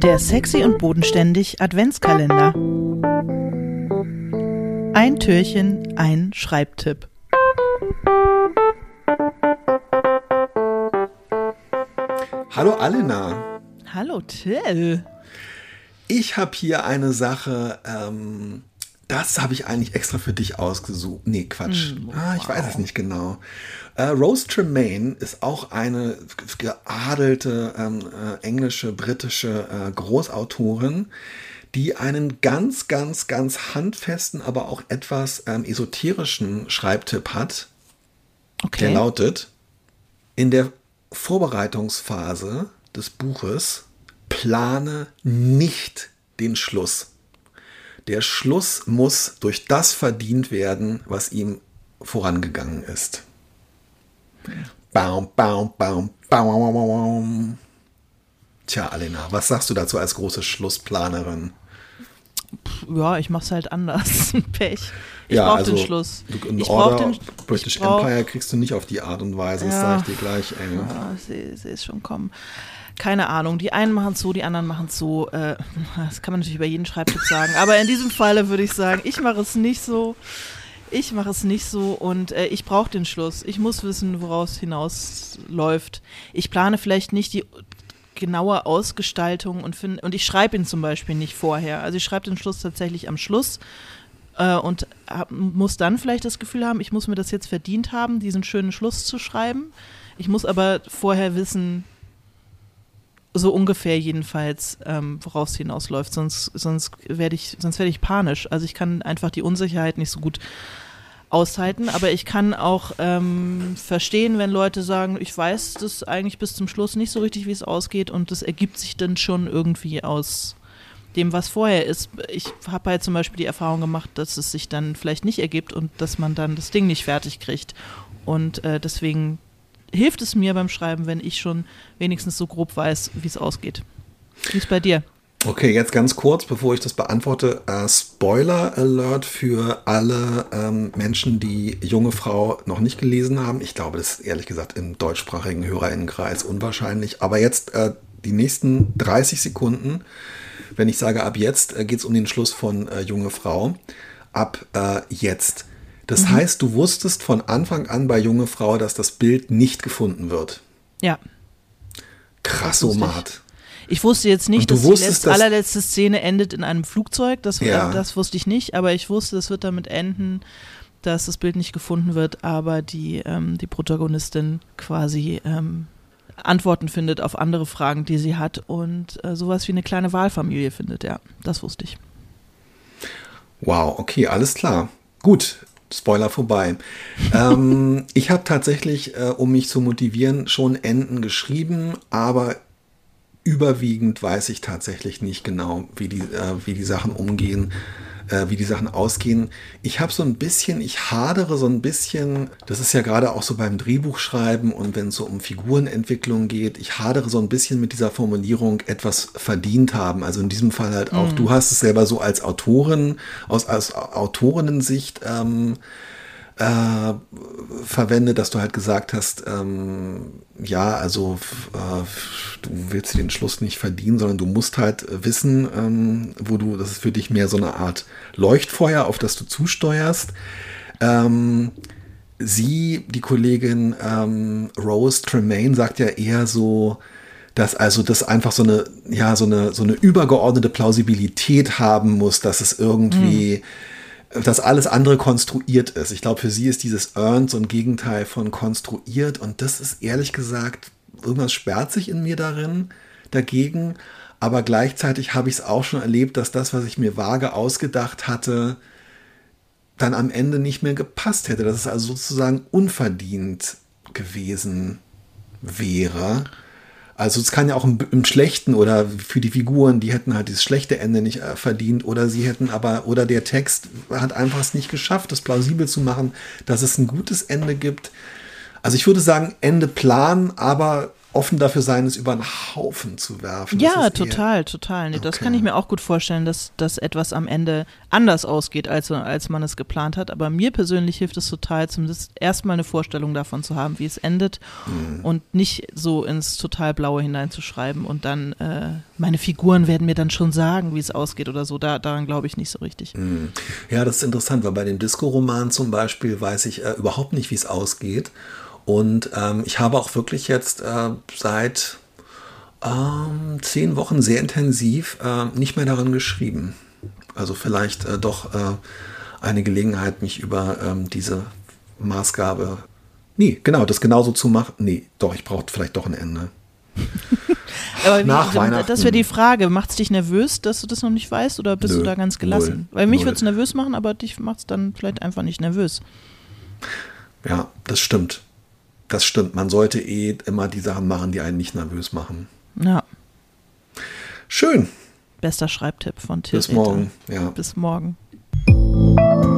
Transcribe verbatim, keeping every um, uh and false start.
Der Sexy und Bodenständig Adventskalender. Ein Türchen, ein Schreibtipp. Hallo Alena. Hallo Till. Ich habe hier eine Sache, ähm, das habe ich eigentlich extra für dich ausgesucht. Nee, Quatsch. Mm, wow. ah, ich weiß es nicht genau. Äh, Rose Tremaine ist auch eine geadelte ähm, äh, englische, britische äh, Großautorin, die einen ganz, ganz, ganz handfesten, aber auch etwas ähm, esoterischen Schreibtipp hat. Okay. Der lautet: In der Vorbereitungsphase des Buches plane nicht den Schluss. Der Schluss muss durch das verdient werden, was ihm vorangegangen ist. Baum, baum, baum, baum, baum. Tja, Alena, was sagst du dazu als große Schlussplanerin? Ja, ich mach's halt anders. Pech. Ich ja, brauch also, den Schluss. Du, in ich Order brauch den, British ich brauch, Empire kriegst du nicht auf die Art und Weise, das ja, sage ich dir gleich. Ey. Ja, ich sehe es schon kommen. Keine Ahnung, die einen machen es so, die anderen machen es so. Äh, das kann man natürlich über jeden Schreibtipp sagen. Aber in diesem Falle würde ich sagen, ich mache es nicht so. Ich mache es nicht so und äh, ich brauche den Schluss. Ich muss wissen, woraus hinausläuft. Ich plane vielleicht nicht die genaue Ausgestaltung und, find, und ich schreibe ihn zum Beispiel nicht vorher. Also ich schreibe den Schluss tatsächlich am Schluss äh, und hab, muss dann vielleicht das Gefühl haben, ich muss mir das jetzt verdient haben, diesen schönen Schluss zu schreiben. Ich muss aber vorher wissen, so ungefähr jedenfalls, ähm, woraus es hinausläuft, sonst, sonst werde ich, sonst werde ich panisch. Also ich kann einfach die Unsicherheit nicht so gut aushalten, aber ich kann auch ähm, verstehen, wenn Leute sagen, ich weiß das eigentlich bis zum Schluss nicht so richtig, wie es ausgeht und das ergibt sich dann schon irgendwie aus dem, was vorher ist. Ich habe halt zum Beispiel die Erfahrung gemacht, dass es sich dann vielleicht nicht ergibt und dass man dann das Ding nicht fertig kriegt und äh, deswegen hilft es mir beim Schreiben, wenn ich schon wenigstens so grob weiß, wie es ausgeht. Wie ist es bei dir? Okay, jetzt ganz kurz, bevor ich das beantworte, äh, Spoiler Alert für alle ähm, Menschen, die Junge Frau noch nicht gelesen haben. Ich glaube, das ist ehrlich gesagt im deutschsprachigen HörerInnenkreis unwahrscheinlich. Aber jetzt äh, die nächsten dreißig Sekunden, wenn ich sage ab jetzt, äh, geht es um den Schluss von äh, Junge Frau. Ab äh, jetzt. Das mhm. heißt, du wusstest von Anfang an bei Junge Frau, dass das Bild nicht gefunden wird. Ja. Krassomat. Ich wusste jetzt nicht, dass wusstest, die letzte, dass allerletzte Szene endet in einem Flugzeug. Das, ja. äh, das wusste ich nicht, aber ich wusste, es wird damit enden, dass das Bild nicht gefunden wird, aber die, ähm, die Protagonistin quasi ähm, Antworten findet auf andere Fragen, die sie hat und äh, sowas wie eine kleine Wahlfamilie findet. Ja, das wusste ich. Wow, okay, alles klar. Gut. Spoiler vorbei. ähm, ich habe tatsächlich, äh, um mich zu motivieren, schon Enden geschrieben, aber überwiegend weiß ich tatsächlich nicht genau, wie die, äh, wie die Sachen umgehen, äh, wie die Sachen ausgehen. Ich habe so ein bisschen, ich hadere so ein bisschen, das ist ja gerade auch so beim Drehbuchschreiben und wenn es so um Figurenentwicklung geht, ich hadere so ein bisschen mit dieser Formulierung etwas verdient haben. Also in diesem Fall halt auch, mhm. du hast es selber so als Autorin, aus, aus Autorinnensicht ähm, äh, verwendet, dass du halt gesagt hast, ähm, ja, also äh, du willst den Schluss nicht verdienen, sondern du musst halt wissen, ähm, wo du, das ist für dich mehr so eine Art Leuchtfeuer, auf das du zusteuerst. Ähm, sie, die Kollegin ähm, Rose Tremaine, sagt ja eher so, dass also das einfach so eine, ja, so eine, so eine übergeordnete Plausibilität haben muss, dass es irgendwie mhm. dass alles andere konstruiert ist. Ich glaube, für sie ist dieses Earned so ein Gegenteil von konstruiert und das ist ehrlich gesagt, irgendwas sperrt sich in mir darin, dagegen, aber gleichzeitig habe ich es auch schon erlebt, dass das, was ich mir vage ausgedacht hatte, dann am Ende nicht mehr gepasst hätte, dass es also sozusagen unverdient gewesen wäre. Also es kann ja auch im, im Schlechten oder für die Figuren, die hätten halt dieses schlechte Ende nicht äh, verdient oder sie hätten aber, oder der Text hat einfach es nicht geschafft, das plausibel zu machen, dass es ein gutes Ende gibt. Also ich würde sagen, Ende planen, aber offen dafür sein, es über einen Haufen zu werfen. Ja, total, eher, total. Nee, das okay. kann ich mir auch gut vorstellen, dass, dass etwas am Ende anders ausgeht, als, als man es geplant hat. Aber mir persönlich hilft es total, zumindest erstmal eine Vorstellung davon zu haben, wie es endet mhm. und nicht so ins total Blaue hineinzuschreiben und dann, äh, meine Figuren werden mir dann schon sagen, wie es ausgeht oder so. Da, daran glaube ich nicht so richtig. Mhm. Ja, das ist interessant, weil bei dem Disco-Roman zum Beispiel weiß ich äh, überhaupt nicht, wie es ausgeht. Und ähm, ich habe auch wirklich jetzt äh, seit ähm, zehn Wochen sehr intensiv äh, nicht mehr daran geschrieben. Also vielleicht äh, doch äh, eine Gelegenheit, mich über ähm, diese Maßgabe, nee, genau, das genauso zu machen. Nee, doch, ich brauche vielleicht doch ein Ende. Aber wie, Nach Weihnachten. Das wäre die Frage, macht es dich nervös, dass du das noch nicht weißt oder bist Nö, du da ganz gelassen? null, Weil mich null. würde es nervös machen, aber dich macht es dann vielleicht einfach nicht nervös. Ja, das stimmt. Das stimmt. Man sollte eh immer die Sachen machen, die einen nicht nervös machen. Ja. Schön. Bester Schreibtipp von Till Bis morgen. Ja. Bis morgen.